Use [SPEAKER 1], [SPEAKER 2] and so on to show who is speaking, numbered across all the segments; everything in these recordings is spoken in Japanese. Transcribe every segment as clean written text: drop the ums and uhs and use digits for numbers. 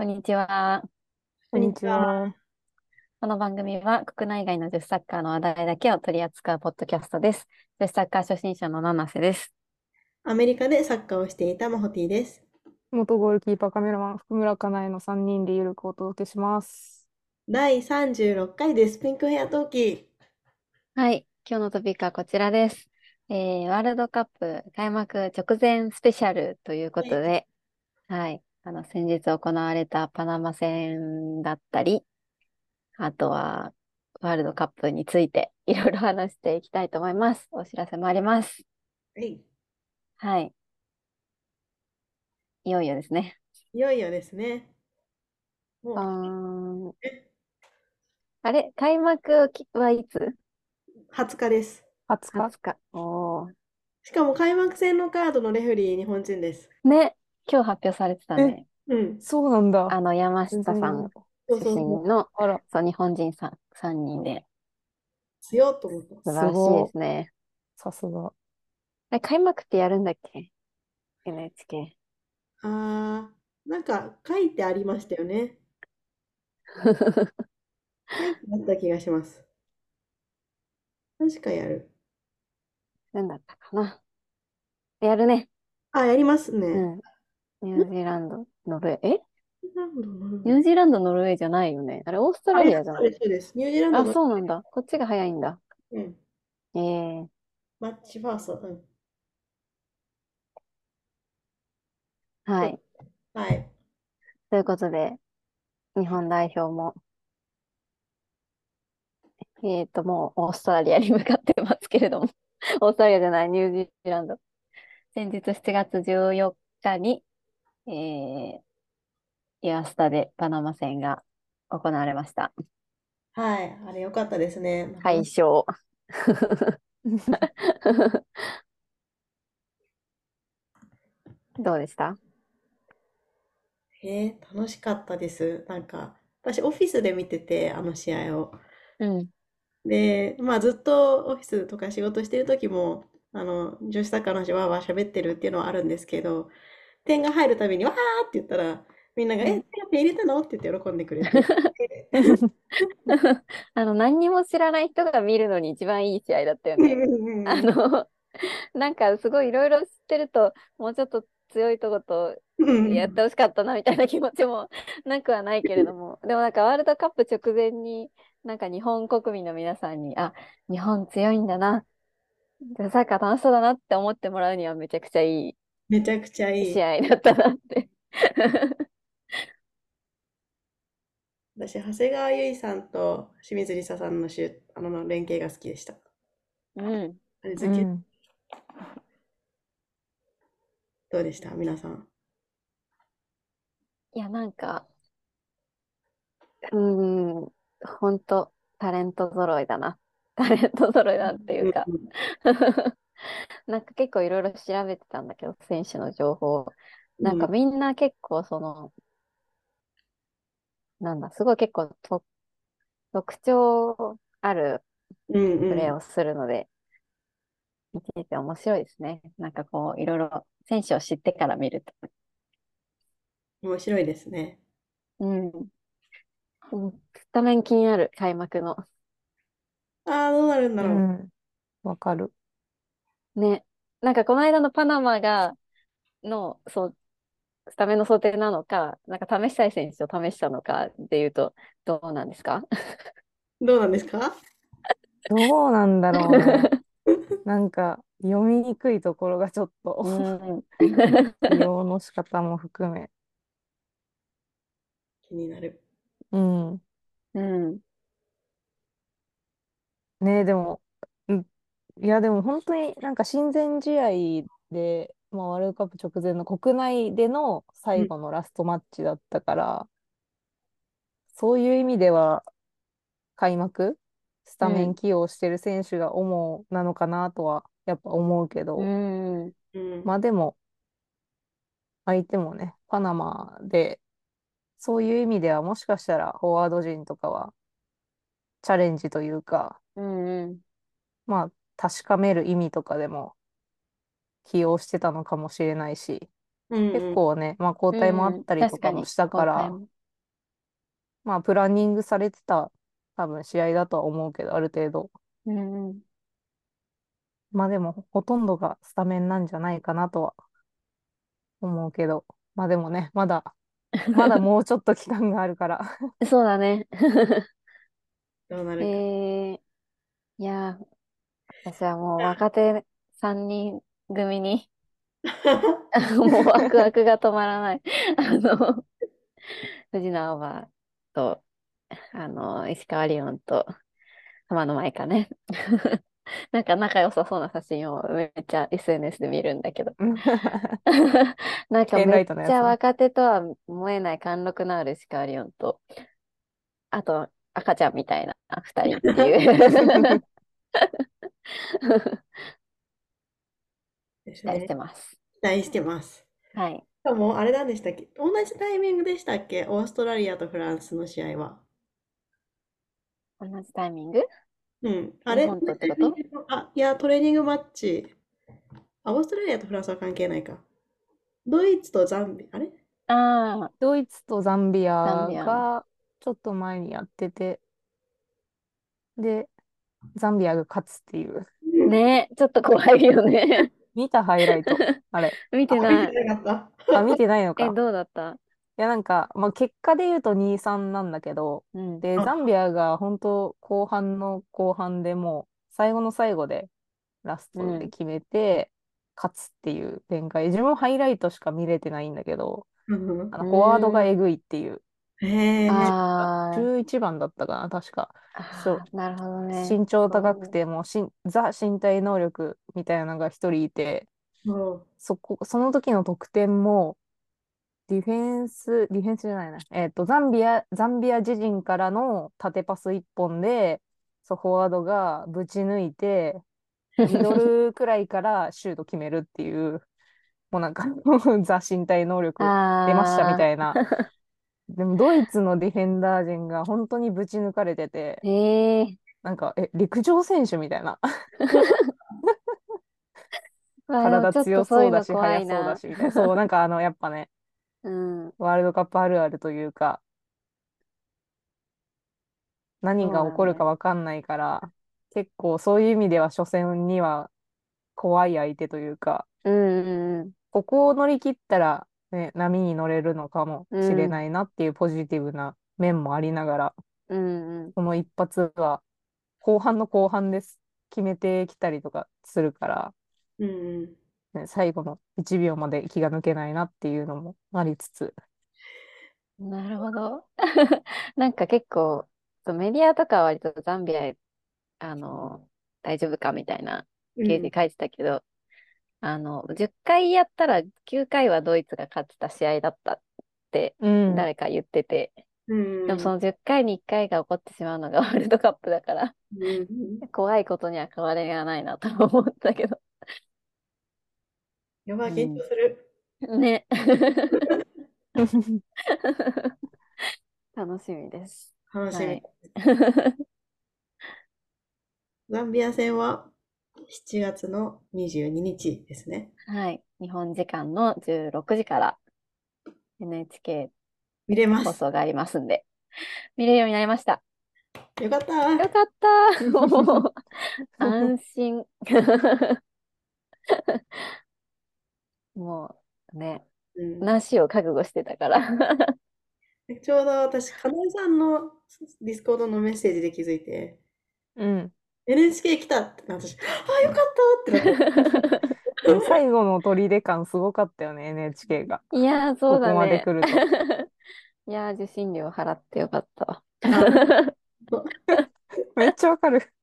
[SPEAKER 1] こんにちは。
[SPEAKER 2] こんに
[SPEAKER 3] こんにち
[SPEAKER 2] ちは。
[SPEAKER 3] は。
[SPEAKER 1] この番組は国内外の女子サッカーの話題だけを取り扱うポッドキャストです。女子サッカー初心者の七瀬です。
[SPEAKER 2] アメリカでサッカーをしていたマホティです。
[SPEAKER 3] 元ゴールキーパーカメラマン、福村かなえの3人でゆるくお届けします。
[SPEAKER 2] 第36回です。ピンクヘアトーキー。
[SPEAKER 1] はい。今日のトピックはこちらです。ワールドカップ開幕直前スペシャルというこ
[SPEAKER 2] はい。
[SPEAKER 1] とで、はい。先日行われたパナマ戦だったり、あとはワールドカップについていろいろ話していきたいと思います。お知らせもあります。
[SPEAKER 2] はい。
[SPEAKER 1] はい。いよいよですね。
[SPEAKER 2] いよいよですね。も
[SPEAKER 1] うー
[SPEAKER 2] う
[SPEAKER 1] ん。あれ開幕はいつ？
[SPEAKER 2] 20日です。
[SPEAKER 3] 20日。
[SPEAKER 1] 20 日。おー。
[SPEAKER 2] しかも開幕戦のカードのレフェリー日本人です。
[SPEAKER 1] ね。今日発表されてた
[SPEAKER 3] え、
[SPEAKER 1] ね。
[SPEAKER 2] うん。
[SPEAKER 3] そうなんだ。
[SPEAKER 1] 山
[SPEAKER 3] 全
[SPEAKER 1] 下さん
[SPEAKER 3] 然知らなかっ
[SPEAKER 2] そう
[SPEAKER 1] 出
[SPEAKER 2] そうそう。
[SPEAKER 1] 身の、
[SPEAKER 3] た。あら、
[SPEAKER 1] そう、日本人3人で、
[SPEAKER 2] 強っと思った。
[SPEAKER 1] 素晴らしいで
[SPEAKER 3] すご
[SPEAKER 1] すね。
[SPEAKER 3] い。さすが。
[SPEAKER 1] 開幕ってやるんだっけ？ NHK。
[SPEAKER 2] なんか書いてありましたよね。書いてあった気がします。確かやる。
[SPEAKER 1] なんだったかな。やるね。
[SPEAKER 2] あ、やりますね。
[SPEAKER 1] うん。ニュージーランド、ノルウェー、
[SPEAKER 2] なんだろうな。
[SPEAKER 1] ニュージーランド、ノルウェーじゃないよね。あれ、オースト
[SPEAKER 2] あ、
[SPEAKER 1] ラリアじゃない？
[SPEAKER 2] そうです、そうです。ニュージーランド
[SPEAKER 1] あ、
[SPEAKER 2] の、
[SPEAKER 1] そうなんだ。こっちが早いんだ。
[SPEAKER 2] うん、
[SPEAKER 1] えー、
[SPEAKER 2] マッチファースト。うん。そう、
[SPEAKER 1] はい。
[SPEAKER 2] はい。
[SPEAKER 1] ということで、日本代表ももうオーストラリアに向かってますけれども、オーストラリアじゃない、ニュージーランド。先日7月14日に、えー、イアスタでパナマ戦が行われました。
[SPEAKER 2] はい。あれ良かったですね。
[SPEAKER 1] 快勝。どうでした？
[SPEAKER 2] 楽しかったです。なんか、私オフィスで見てて、あの試合を。
[SPEAKER 1] うん。
[SPEAKER 2] で、まあずっとオフィスとか仕事してる時も、女子サッカーの話わーわー喋ってるっていうのはあるんですけど、点が入るたびにわーって言ったら、みんなが、
[SPEAKER 1] うん。
[SPEAKER 2] 点入れたのって言って喜んでくれて。
[SPEAKER 1] 何にも知らない人が見るのに一番いい試合だったよ
[SPEAKER 2] うん
[SPEAKER 1] ね。
[SPEAKER 2] うんうん
[SPEAKER 1] あの、なんかすごいいろいろ知ってると、もうちょっと強いとことやってほしかったなみたいな気持ちもなくはないけれども、でもなんかワールドカップ直前に、なんか日本国民の皆さんに、あ、日本強いんだな、サッカー楽しそうだなって思ってもらうにはめちゃくちゃい
[SPEAKER 2] めちゃくちゃ
[SPEAKER 1] い
[SPEAKER 2] いい。
[SPEAKER 1] 試合だったなって。
[SPEAKER 2] 私、長谷川唯さんと清水梨紗さんの連携が好きでした。
[SPEAKER 1] うん。
[SPEAKER 2] あれ好き。
[SPEAKER 3] うん。
[SPEAKER 2] どうでした皆さん？
[SPEAKER 1] いや、なんか、う本当タレント揃いだな。タレント揃いだっていうか
[SPEAKER 2] うん。
[SPEAKER 1] なんか結構いろいろ調べてたんだけど、選手の情報。なんか
[SPEAKER 2] うん。
[SPEAKER 1] みんな結構すごい結構特徴ある
[SPEAKER 2] うんうん。
[SPEAKER 1] プレーをするので、見てて面白いですね。なんかこう、いろいろ選手を知ってから見ると。
[SPEAKER 2] 面白いですね。
[SPEAKER 1] うん。スタメン気になる、開幕の。
[SPEAKER 2] ああ、どうなるんだろ
[SPEAKER 3] うん。わかる。
[SPEAKER 1] ね。なんかこの間のパナマそう、スタメンの想定なのか、なんか試したい選手を試したのかっていうと、どうなんですか？
[SPEAKER 2] う。どうなんですか？
[SPEAKER 3] どうなんだろうね。なんか、読みにくいところがちょっと
[SPEAKER 1] うん。
[SPEAKER 3] 起用の仕方も含め。
[SPEAKER 2] 気になる。
[SPEAKER 3] うん。
[SPEAKER 1] うん。
[SPEAKER 3] ねえ、でも、うん、いや、でも本当になんか親善試合で、まあ、ワールドカップ直前の国内での
[SPEAKER 2] うん。
[SPEAKER 3] 最後のラストマッチだったから、そういう意味では開幕、スタメン
[SPEAKER 1] うん。
[SPEAKER 3] 起用してる選手が主なのかなとはやっぱ思うけ
[SPEAKER 1] う
[SPEAKER 3] ど、
[SPEAKER 1] ん。
[SPEAKER 2] うん。
[SPEAKER 3] まあでも相手もね、パナマで、そういう意味ではもしかしたらフォワード陣とかはチャレンジというか、
[SPEAKER 1] うん。うん。
[SPEAKER 3] まあ確かめる意味とかでも起用してたのかもしれないし、 結
[SPEAKER 2] うん
[SPEAKER 3] 構ね、まあ交代もあ
[SPEAKER 1] うん、
[SPEAKER 3] ったりと
[SPEAKER 1] 確かに、
[SPEAKER 3] かもしたから、
[SPEAKER 1] 交代も。
[SPEAKER 3] まあプランニングされてた多分試合だとは思うけど、ある程度。
[SPEAKER 1] うんうん。
[SPEAKER 3] まあでもほとんどがスタメンなんじゃないかなとは思うけど。まあでもね、まだもうちょっと期間があるから。
[SPEAKER 1] そうだね。
[SPEAKER 2] どうな
[SPEAKER 1] え
[SPEAKER 2] るか。
[SPEAKER 1] ー、いやー、私はもう若手3人組にもうワクワクが止まらない。藤野はと、石川遼と浜野舞香ね。なんか仲良さそうな写真をめっちゃ SNS で見るんだけど。なんか
[SPEAKER 3] ペンラ
[SPEAKER 1] めっちゃ
[SPEAKER 3] イトのやつね。
[SPEAKER 1] 若手とは思えない貫禄のある石川遼と、あと赤ちゃんみたいな二人っていう期待し
[SPEAKER 2] ですね。
[SPEAKER 1] てます。
[SPEAKER 2] 期待してます。し
[SPEAKER 1] はい。
[SPEAKER 2] かも、あれなんでしたっけ、同じタイミングでしたっけ、オーストラリアとフランスの試合は。
[SPEAKER 1] 同じタイミング
[SPEAKER 2] うん。あれ同
[SPEAKER 1] 日本と
[SPEAKER 2] じタイミン
[SPEAKER 1] ってこと
[SPEAKER 2] グの、あ、いや、トレーニングマッチ。あ、オーストラリアとフランスは関係ないか。ドイツとザンビ、あれ
[SPEAKER 1] ああ
[SPEAKER 3] ドイツとザンビ
[SPEAKER 1] ー、ザン
[SPEAKER 3] ア
[SPEAKER 1] ビアの。
[SPEAKER 3] がちょっと前にやってて、で、ザンビアが勝つっていう。
[SPEAKER 1] ねえ、ちょっと怖いよね。
[SPEAKER 3] 見たハイライト。あれ。
[SPEAKER 1] 見
[SPEAKER 2] あ、見て
[SPEAKER 1] てない。
[SPEAKER 2] なかっ
[SPEAKER 3] あ、見てないの
[SPEAKER 1] え、
[SPEAKER 3] か。
[SPEAKER 1] どうだった？
[SPEAKER 3] いや、なんか、まあ、結果で言うと2-3なんだけど、
[SPEAKER 1] うん。
[SPEAKER 3] で、
[SPEAKER 2] た。あ、
[SPEAKER 3] ザンビアが本当後半の後半でもう、最後の最後でラス
[SPEAKER 1] うん。
[SPEAKER 3] トで決めて、勝つっていう展開。自分ハイライトしか見れてないんだけど、
[SPEAKER 2] うんうん。
[SPEAKER 1] う
[SPEAKER 3] フォワードが
[SPEAKER 1] ーん。
[SPEAKER 3] えぐいっていう。
[SPEAKER 2] へえ、
[SPEAKER 1] あ
[SPEAKER 3] 11番だったかな、確か。
[SPEAKER 1] ー
[SPEAKER 3] そう。
[SPEAKER 1] なるほどね。
[SPEAKER 3] 身長高く
[SPEAKER 1] そ
[SPEAKER 3] て、もうザ身体能力みたいなのが一人いて、
[SPEAKER 2] そう。
[SPEAKER 3] その時の得点も、ディフェンスじゃないな。ザンビア自陣からの縦パス一本で、そう、フォワードがぶち抜いて、
[SPEAKER 1] う。
[SPEAKER 3] ミドルくらいからシュート決めるっていう、もうなんかザ身体能力出ましたみ
[SPEAKER 1] あ
[SPEAKER 3] たいな。でもドイツのディフェンダー陣が本当にぶち抜かれてて、
[SPEAKER 1] ー、ええ
[SPEAKER 3] なんか、陸上選手みたいな。
[SPEAKER 1] まあでも
[SPEAKER 3] 体
[SPEAKER 1] ちょっと
[SPEAKER 3] 強そうだし、
[SPEAKER 1] そういうの怖
[SPEAKER 3] 速
[SPEAKER 1] いな。
[SPEAKER 3] そうだし、みたいな。そう、なんかやっぱね、
[SPEAKER 1] うん。
[SPEAKER 3] ワールドカップあるあるというか、何
[SPEAKER 1] そう
[SPEAKER 3] が起こるか
[SPEAKER 1] だね。
[SPEAKER 3] わかんないから、結構そういう意味では初戦には怖い相手というか、
[SPEAKER 1] うんうん
[SPEAKER 3] ここを乗り切ったら、ね、波に乗れるのかも
[SPEAKER 1] うん。
[SPEAKER 3] しれ
[SPEAKER 1] うん。
[SPEAKER 3] ないなっていうポジティブな面もありながら、
[SPEAKER 1] うんうん。
[SPEAKER 3] この一発は後半の後半です。決めてきたりとかするから、
[SPEAKER 2] うんうん。
[SPEAKER 3] ね、最後の1秒まで気が抜けないなっていうのもありつつ、
[SPEAKER 1] なるほど。なんか結構、そうメディアとかは割とザンビア、あの、大丈夫かみたいな
[SPEAKER 2] うん。
[SPEAKER 1] 記事書いてたけど、10回やったら9回はドイツが勝ってた試合だったって
[SPEAKER 3] うん、
[SPEAKER 1] 誰か言ってて、
[SPEAKER 2] うん。
[SPEAKER 1] でもその10回に1回が起こってしまうのがワールドカップだから、
[SPEAKER 2] うん。
[SPEAKER 1] 怖いことには変わりがないなと思ったけど。
[SPEAKER 2] やばい、緊
[SPEAKER 1] うん。
[SPEAKER 2] 張する。
[SPEAKER 1] ね。楽しみです。
[SPEAKER 2] 楽しみ。
[SPEAKER 1] はい。
[SPEAKER 2] ザンビア戦は7月の22日ですね。
[SPEAKER 1] はい。日本時間の16時から
[SPEAKER 2] 見れ
[SPEAKER 1] NHK
[SPEAKER 2] ます。
[SPEAKER 1] 放送がありますんで、見れるようになりました。
[SPEAKER 2] よかった。
[SPEAKER 1] よかった。もう、安心。もうね、
[SPEAKER 2] うん。
[SPEAKER 1] なしを覚悟してたから。
[SPEAKER 2] ちょうど私、かなえさんのディスコードのメッセージで気づいて、
[SPEAKER 3] うん。
[SPEAKER 2] NHK 来たってな私、あ、よかったってなって。
[SPEAKER 3] 最後の砦感すごかったよね、NHK が。
[SPEAKER 1] いやー、そう
[SPEAKER 3] ここまで
[SPEAKER 1] だね。
[SPEAKER 3] 来ると。
[SPEAKER 1] いやー、受信料払ってよかったわ。
[SPEAKER 2] あ、そう。
[SPEAKER 3] めっちゃわかる。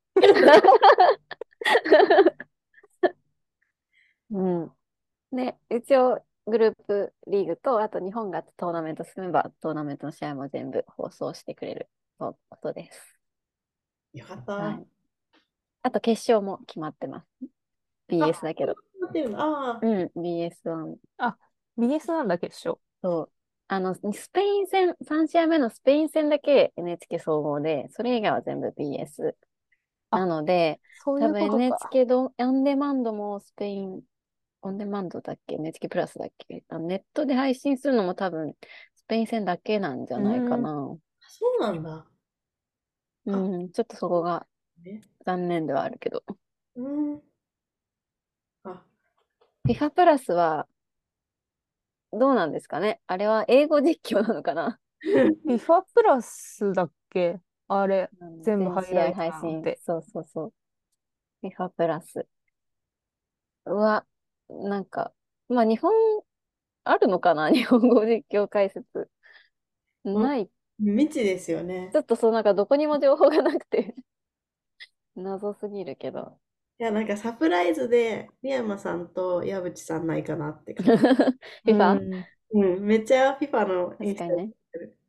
[SPEAKER 1] うん。ね、一応、グループリーグと、あと日本がトーナメント進めば、トーナメントの試合も全部放送してくれるとのことです。
[SPEAKER 2] よかった。あ、
[SPEAKER 1] はい。あと決勝も決まってます。BS だけど。
[SPEAKER 2] 待ってるの。ああ、
[SPEAKER 1] うん、BS1。
[SPEAKER 3] あ、BS なんだ、決勝。
[SPEAKER 1] そう。スペイン戦、3試合目のスペイン戦だけ NHK 総合で、それ以外は全部 BS な
[SPEAKER 3] あ、
[SPEAKER 1] ので、多分
[SPEAKER 3] そういうことか。
[SPEAKER 1] NHK オンデマンドもスペインオンデマンドだっけ ?NHK プラスだっけネットで配信するのも多分、スペイン戦だけなんじゃないかな。
[SPEAKER 2] そうなんだ。あ、
[SPEAKER 1] うん、ちょっとそこが
[SPEAKER 2] ね。
[SPEAKER 1] 残念ではあるけど。
[SPEAKER 2] うん。あ、
[SPEAKER 1] FIFA プラスはどうなんですかねあれは英語実況なのかな
[SPEAKER 3] FIFA プラスだっけあれ、全部
[SPEAKER 1] 全試合
[SPEAKER 3] ハイライト
[SPEAKER 1] 配信。
[SPEAKER 3] なんて。
[SPEAKER 1] そうそうそう。FIFA プラス。うわ、なんか、まあ日本、あるのかな日本語実況解説。
[SPEAKER 2] うん、
[SPEAKER 1] ない。
[SPEAKER 2] 未知ですよね。
[SPEAKER 1] ちょっとそう、なんかどこにも情報がなくて謎すぎるけど。
[SPEAKER 2] いや、なんかサプライズで、宮山さんと矢渕さんないかなって感じ。
[SPEAKER 3] う
[SPEAKER 1] FIFA?
[SPEAKER 3] ん。
[SPEAKER 2] うん、めっちゃ FIFA のインスタやっ
[SPEAKER 1] 確かにね。
[SPEAKER 2] てる。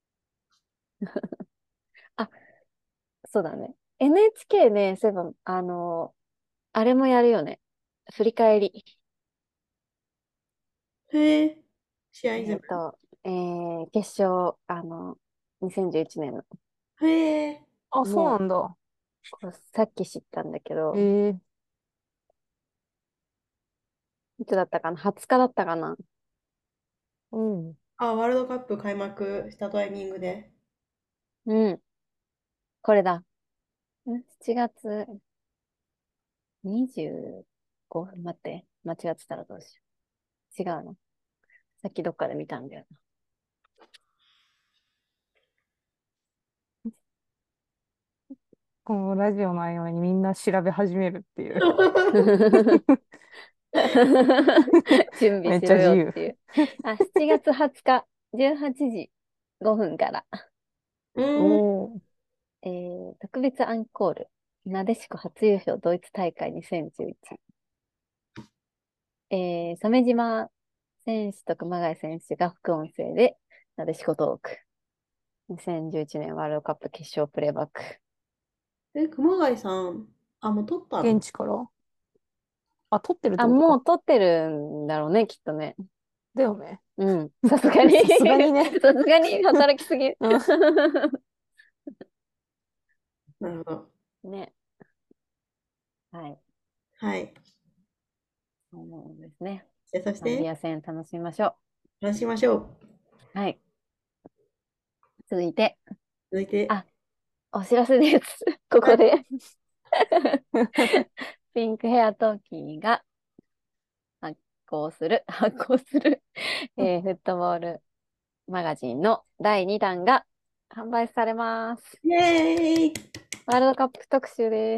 [SPEAKER 1] あ、そうだね。NHK ね、そういえば、あれもやるよね。振り返り。
[SPEAKER 2] へえ、試合全
[SPEAKER 1] えっと、決勝、2011年の。
[SPEAKER 2] 部。へえ、
[SPEAKER 3] あ、そう
[SPEAKER 1] も
[SPEAKER 3] なんだ。
[SPEAKER 1] う、さっき知ったんだけ
[SPEAKER 3] え
[SPEAKER 1] ど、
[SPEAKER 3] ー、
[SPEAKER 1] いつだったかな？ 20 日だったかな？
[SPEAKER 3] うん。
[SPEAKER 2] あ、ワールドカップ開幕したタイミングで。
[SPEAKER 1] うん、これだ。7月25、待って、間違ってたらどうしよう。違うの。さっきどっかで見たんだよ
[SPEAKER 3] このラジオの合間にみんな調べ始めるっていう。
[SPEAKER 1] な。準備
[SPEAKER 3] めっ
[SPEAKER 1] しろ
[SPEAKER 3] ちゃ自由。
[SPEAKER 1] よっていう。あ、7月20日、18時5分から、
[SPEAKER 2] うん。
[SPEAKER 3] おー。
[SPEAKER 1] 特別アンコール、なでしこ初優勝ドイツ大会2011。鮫島選手と熊谷選手が副音声で、なでしこトーク。2011年ワールドカップ決勝プレイバック。
[SPEAKER 2] え、熊谷さん、あ、もう撮ったの？
[SPEAKER 3] 現地からあ、撮ってるって
[SPEAKER 1] あ、
[SPEAKER 3] ことか。
[SPEAKER 1] もう撮ってるんだろうね、きっとね。
[SPEAKER 3] だよね。
[SPEAKER 1] うん。さすがに
[SPEAKER 3] さすがにね。
[SPEAKER 1] さすがに働きすぎ。
[SPEAKER 3] うん。
[SPEAKER 2] なるほど。
[SPEAKER 1] ね。はい。
[SPEAKER 2] はい。
[SPEAKER 1] そうですね。
[SPEAKER 2] じゃあ、そし
[SPEAKER 1] ザンビ
[SPEAKER 2] て、
[SPEAKER 1] ア戦楽しみましょ
[SPEAKER 2] 話しましょう。
[SPEAKER 1] う。はい。続いて、
[SPEAKER 2] 続いて、
[SPEAKER 1] あ、お知らせです。こ
[SPEAKER 2] はい。
[SPEAKER 1] こでピンクヘアトーキーが発行する、フットボールマガジンの第2弾が販売されます。
[SPEAKER 2] イェーイ。
[SPEAKER 1] ワールドカップ特集です。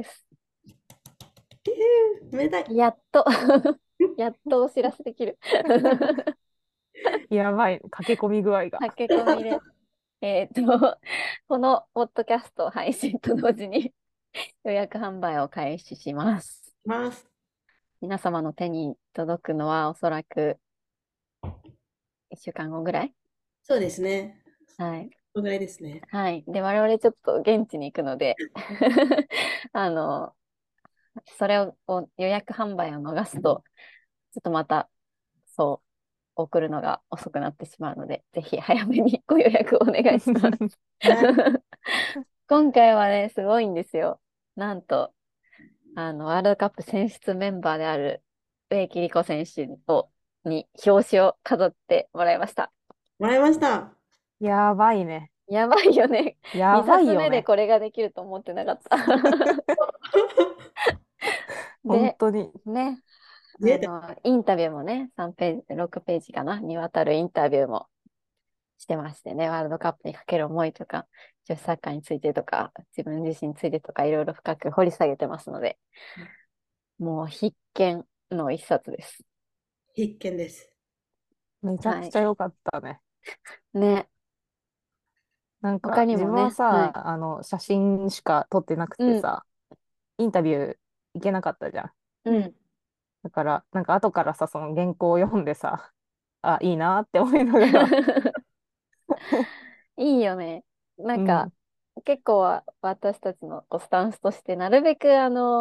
[SPEAKER 2] めでたい。
[SPEAKER 1] やっとやっとお知らせできる
[SPEAKER 3] やばい、駆け込み具合が。
[SPEAKER 1] 駆け込みで。このポッドキャスト配信と同時に予約販売を開始します。
[SPEAKER 2] ます。
[SPEAKER 1] 皆様の手に届くのはおそらく1週間後ぐらい。
[SPEAKER 2] そうですね。
[SPEAKER 1] はい。
[SPEAKER 2] そのぐらいですね。
[SPEAKER 1] はい。で、我々ちょっと現地に行くのであの、それを予約販売を逃すと、ちょっとまた、そう、送るのが遅くなってしまうので、ぜひ早めにご予約をお願いします。
[SPEAKER 2] はい。
[SPEAKER 1] 今回はね、すごいんですよ。なんと、ワールドカップ選出メンバーである植木理子選手に表紙を飾ってもらいました。
[SPEAKER 2] もらいました。
[SPEAKER 3] やばいね。
[SPEAKER 1] やばいよね。
[SPEAKER 3] やば
[SPEAKER 1] 2冊
[SPEAKER 3] いよね。
[SPEAKER 1] 目でこれができると思ってなかった。で、
[SPEAKER 3] 本当に。
[SPEAKER 2] 自
[SPEAKER 1] ね、
[SPEAKER 2] 衛隊。
[SPEAKER 1] インタビューもね、3ページ、6ページかな、にわたるインタビューもしてましてね、ワールドカップにかける思いとか、女子サッカーについてとか、自分自身についてとか、いろいろ深く掘り下げてますので、もう必見の一冊です。
[SPEAKER 2] 必見です。
[SPEAKER 3] めちゃく
[SPEAKER 1] はい。
[SPEAKER 3] ちゃ良かったね。
[SPEAKER 1] ね、
[SPEAKER 3] なん
[SPEAKER 1] 他
[SPEAKER 3] か自分は
[SPEAKER 1] にもね、はい。
[SPEAKER 3] さ、写真しか撮ってなく
[SPEAKER 1] うん、
[SPEAKER 3] てさ、インタビュー行けなかったじゃん。
[SPEAKER 2] うん。
[SPEAKER 1] うん。
[SPEAKER 3] だから、なんか後からさ、その原稿を読んでさ、あ、いいなって思いながら、
[SPEAKER 1] いいよね。なんか、
[SPEAKER 3] うん、
[SPEAKER 1] 結構は私たちのこうスタンスとして、なるべく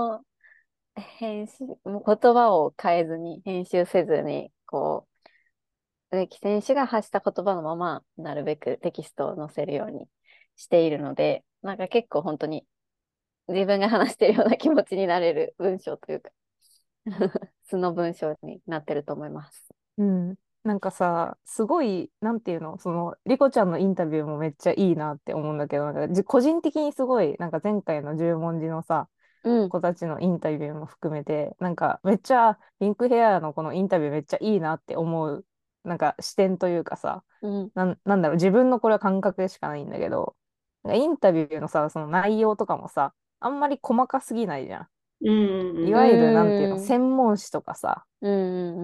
[SPEAKER 1] もう言葉を変えずに、編集せずに、こう、植木選手が発した言葉のまま、なるべくテキストを載せるようにしているので、なんか結構本当に自分が話しているような気持ちになれる文章というか、 素の文章になってると思います。
[SPEAKER 3] うん。なんかさ、すごい、なんていうの、リコちゃんのインタビューもめっちゃいいなって思うんだけど、なんか個人的にすごい、なんか前回の十文字のさ、
[SPEAKER 1] うん、
[SPEAKER 3] 子たちのインタビューも含めて、なんかめっちゃピンクヘアのこのインタビューめっちゃいいなって思う、なんか視点というかさ、
[SPEAKER 1] うん、
[SPEAKER 3] なんだろう、自分のこれは感覚でしかないんだけど、なんかインタビューのさ、その内容とかもさ、あんまり細かすぎないじゃん。
[SPEAKER 2] うんうん
[SPEAKER 3] いわゆるなんていうの、
[SPEAKER 1] うん、
[SPEAKER 3] 専門誌とかさ、
[SPEAKER 1] うん、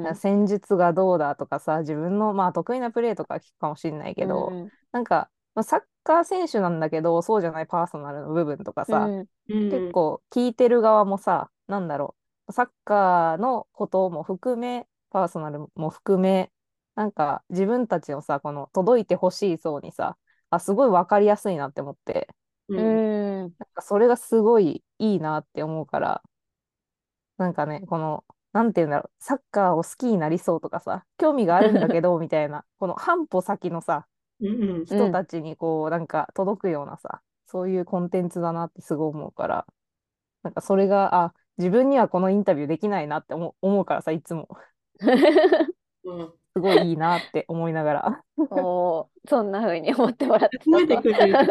[SPEAKER 1] うん、
[SPEAKER 3] 戦術がどうだとかさ、自分のまあ得意なプレーとか聞くかもしれないけど、
[SPEAKER 1] うん、
[SPEAKER 3] なんか、まあ、サッカー選手なんだけど、そうじゃないパーソナルの部分とかさ、
[SPEAKER 1] うん、
[SPEAKER 3] 結
[SPEAKER 2] うん。
[SPEAKER 3] 構聞いてる側もさ、なんだろう、サッカーのことも含め、パーソナルも含め、なんか自分たちのさ、この届いてほしい層にさ、あ、すごいわかりやすいなって思って、
[SPEAKER 1] う
[SPEAKER 2] うん。
[SPEAKER 1] ん、
[SPEAKER 3] なんかそれがすごいいいなって思うから、なんかね、なんていうんだろう、サッカーを好きになりそうとかさ、興味があるんだけど、みたいな、この半歩先のさ、
[SPEAKER 2] うんうん。
[SPEAKER 1] うん。
[SPEAKER 3] 人たちにこう、なんか届くようなさ、そういうコンテンツだなってすごい思うから、なんかそれが、あ、自分にはこのインタビューできないなって思うからさ、いつも、
[SPEAKER 2] うん。
[SPEAKER 3] すごいいいなって思いながら。
[SPEAKER 1] おー、そんな風に思ってもらって
[SPEAKER 2] 褒めて
[SPEAKER 1] たと。
[SPEAKER 2] くれる。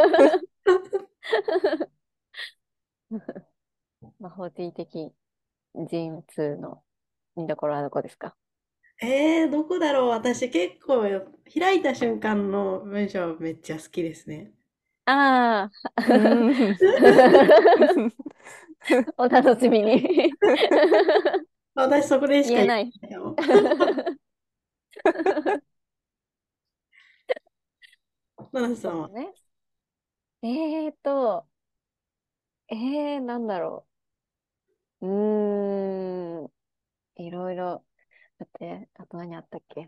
[SPEAKER 1] 魔法的人物の見どころはどこですか？
[SPEAKER 2] どこだろう。私結構開いた瞬間の文章めっちゃ好きですね。
[SPEAKER 1] あ
[SPEAKER 3] うーん。
[SPEAKER 1] お楽しみに。
[SPEAKER 2] 私そこでしか言
[SPEAKER 1] 言えない。
[SPEAKER 2] えないよ。ナナさんは。
[SPEAKER 1] そうね。えーと、なんだろう。いろいろ。だって、あと何あったっけ？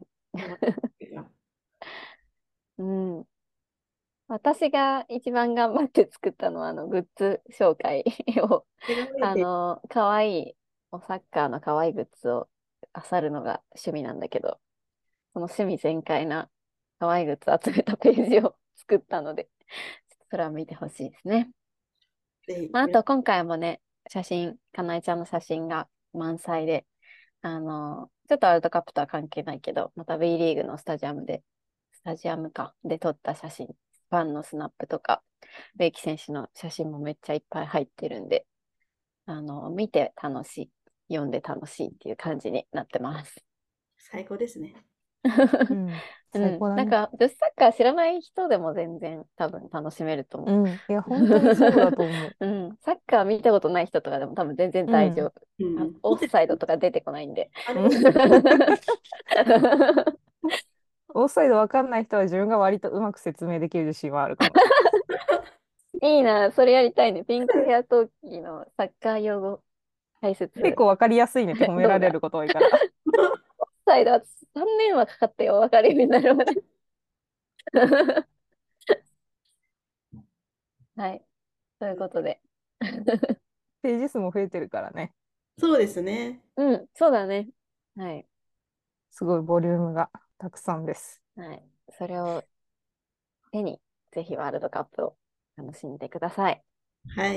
[SPEAKER 1] うん。私が一番頑張って作ったのは、グッズ紹介を、
[SPEAKER 2] 手が増えて、
[SPEAKER 1] 可愛いサッカーの可愛いグッズを漁るのが趣味なんだけど、その趣味全開な可愛いグッズ集めたページを作ったので、ちょっとそれは見てほしいですね。
[SPEAKER 2] ぜひ、
[SPEAKER 1] まあ、あと今回もね、かなえちゃんの写真が満載で、ちょっとワールドカップとは関係ないけど、また WE リーグのスタジアムか、で撮った写真、ファンのスナップとか、植木選手の写真もめっちゃいっぱい入ってるんで、見て楽しい、読んで楽しいっていう感じになってます。
[SPEAKER 2] 最高ですね。
[SPEAKER 3] うん。
[SPEAKER 1] うん。
[SPEAKER 3] 最高だね。
[SPEAKER 1] なんか、女子サッカー知らない人でも全然多分楽しめると思
[SPEAKER 3] うん。いや、本当にそうだと思
[SPEAKER 1] う。うん。サッカー見たことない人とかでも多分全然
[SPEAKER 3] う。うん。
[SPEAKER 1] 大丈夫。
[SPEAKER 2] うん。
[SPEAKER 1] オフサイドとか出てこないんで。
[SPEAKER 2] あれ、
[SPEAKER 3] うん。オフサイドわかんない人は自分が割とうまく説明できる自信はあるかも。
[SPEAKER 1] いいな、それやりたいね。ピンクヘアトーキーのサッカー用語解説
[SPEAKER 3] 結構わかりやすいねって褒めら
[SPEAKER 1] 動画。
[SPEAKER 3] れること多いから。
[SPEAKER 1] オフサイドは3年はかかったよ。わかるようになるまで。はい。ということで。
[SPEAKER 3] ページ数も増えてるからね。
[SPEAKER 2] そうですね。
[SPEAKER 1] うん、そうだね。はい。
[SPEAKER 3] すごいボリュームがたくさんです。
[SPEAKER 1] はい。それを手に、ぜひワールドカップを楽しんでください。
[SPEAKER 2] はい。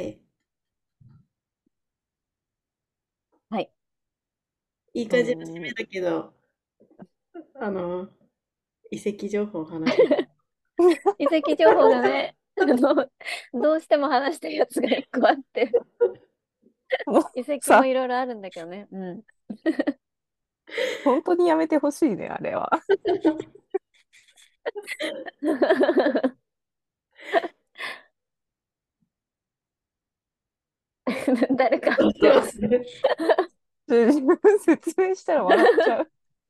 [SPEAKER 1] はい。
[SPEAKER 2] いい
[SPEAKER 1] う
[SPEAKER 2] 感じの締め
[SPEAKER 1] ん。
[SPEAKER 2] だけど、あの、遺跡情報を話し
[SPEAKER 1] 遺跡情報がね、どうしても話したいやつが一個あって、
[SPEAKER 3] もう
[SPEAKER 1] 遺跡も
[SPEAKER 3] さ、
[SPEAKER 1] いろいろあるんだけどね。うん。
[SPEAKER 3] 本当にやめてほしいね、あれは。
[SPEAKER 1] 誰か
[SPEAKER 2] ま
[SPEAKER 1] ってる。
[SPEAKER 2] すね。
[SPEAKER 3] 自分説明したら笑っちゃう。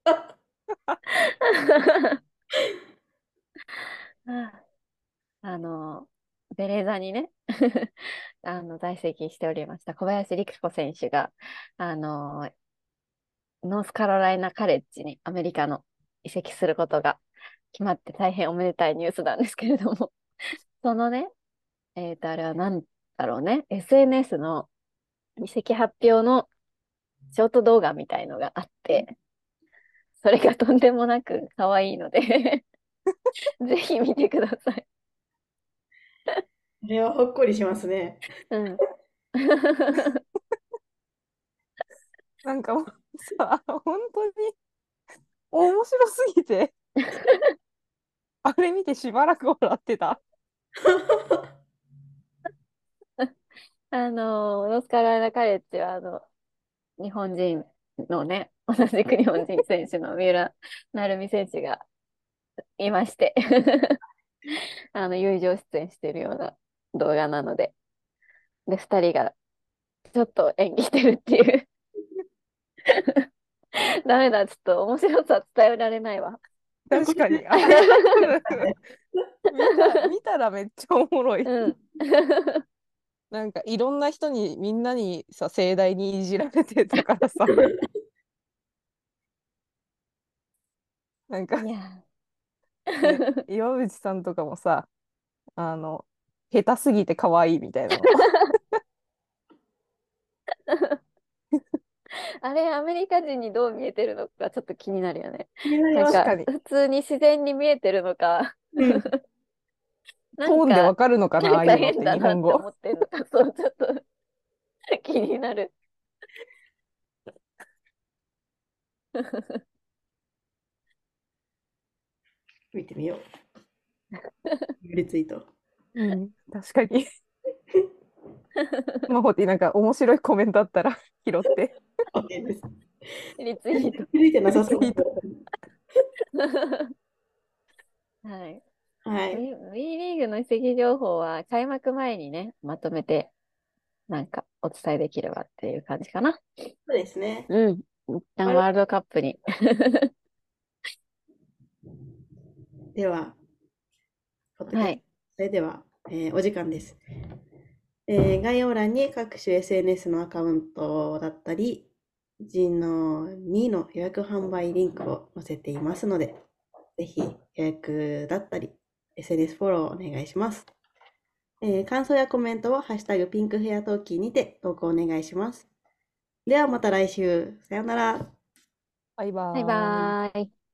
[SPEAKER 1] あの、ベレーザにね、在籍しておりました小林陸子選手が、あの、ノースカロライナカレッジにアメリカの移籍することが決まって大変おめでたいニュースなんですけれども、そのね、あれは何だろうね、SNS の移籍発表のショート動画みたいのがあって、それがとんでもなく可愛いのでぜひ見てください。
[SPEAKER 2] あれはほっこりしますね。
[SPEAKER 1] うん。
[SPEAKER 3] なんかもうさ、本当に面白すぎて、あれ見てしばらく笑ってた。
[SPEAKER 1] ノースカロライナカレッジは、日本人のね、同じく日本人選手の三浦成美選手がいまして友情出演しているような動画なので、で、二人がちょっと演技してるっていうダメだ、ちょっと面白さ伝えられないわ。
[SPEAKER 3] 確かに。あれは多分、見たらめっちゃおもろい。
[SPEAKER 1] うん。
[SPEAKER 3] なんかいろんな人に、みんなにさ、盛大にいじられてたからさ、なんか
[SPEAKER 1] いや。
[SPEAKER 3] ね、岩渕さんとかもさ、あの、下手すぎて可愛いみたいなの。
[SPEAKER 1] あれ、アメリカ人にどう見えてるのかちょっと気になるよね。
[SPEAKER 2] 気になり
[SPEAKER 1] なんか、
[SPEAKER 2] ます。
[SPEAKER 3] 確かに。
[SPEAKER 1] 普通に自然に見えてるのか、
[SPEAKER 2] うん。
[SPEAKER 3] トーンでわ
[SPEAKER 1] なんか、
[SPEAKER 3] かるのかな、
[SPEAKER 1] なんか
[SPEAKER 3] ああいうのって
[SPEAKER 1] 変だなって
[SPEAKER 3] 日本語。
[SPEAKER 1] 思ってんのか、そう、ちょっと気になる。
[SPEAKER 2] 見てみよう。リツイート。
[SPEAKER 3] うん、確かに。まほてなんか面白いコメントあったら拾って、
[SPEAKER 2] OK です。
[SPEAKER 1] リツイート。
[SPEAKER 2] 気づいてなさそうな。
[SPEAKER 3] リツイート。
[SPEAKER 1] はい。
[SPEAKER 2] はい。
[SPEAKER 1] WE リーグの移籍情報は開幕前にね、まとめてなんかお伝えできればっていう感じかな。
[SPEAKER 2] そうですね。
[SPEAKER 1] うん。一旦
[SPEAKER 2] あれ
[SPEAKER 1] ワールドカップに。
[SPEAKER 2] では、ポッドキャスト、
[SPEAKER 1] はい。
[SPEAKER 2] それでは、お時間です。概要欄に各種 SNS のアカウントだったり、人の2の予約販売リンクを載せていますので、ぜひ予約だったり、SNS フォローお願いします。感想やコメントは、ハッシュタグピンクヘアトーキーにて投稿お願いします。ではまた来週。さようなら。
[SPEAKER 3] バイ
[SPEAKER 1] バイ
[SPEAKER 3] バーイ。
[SPEAKER 1] バーイ。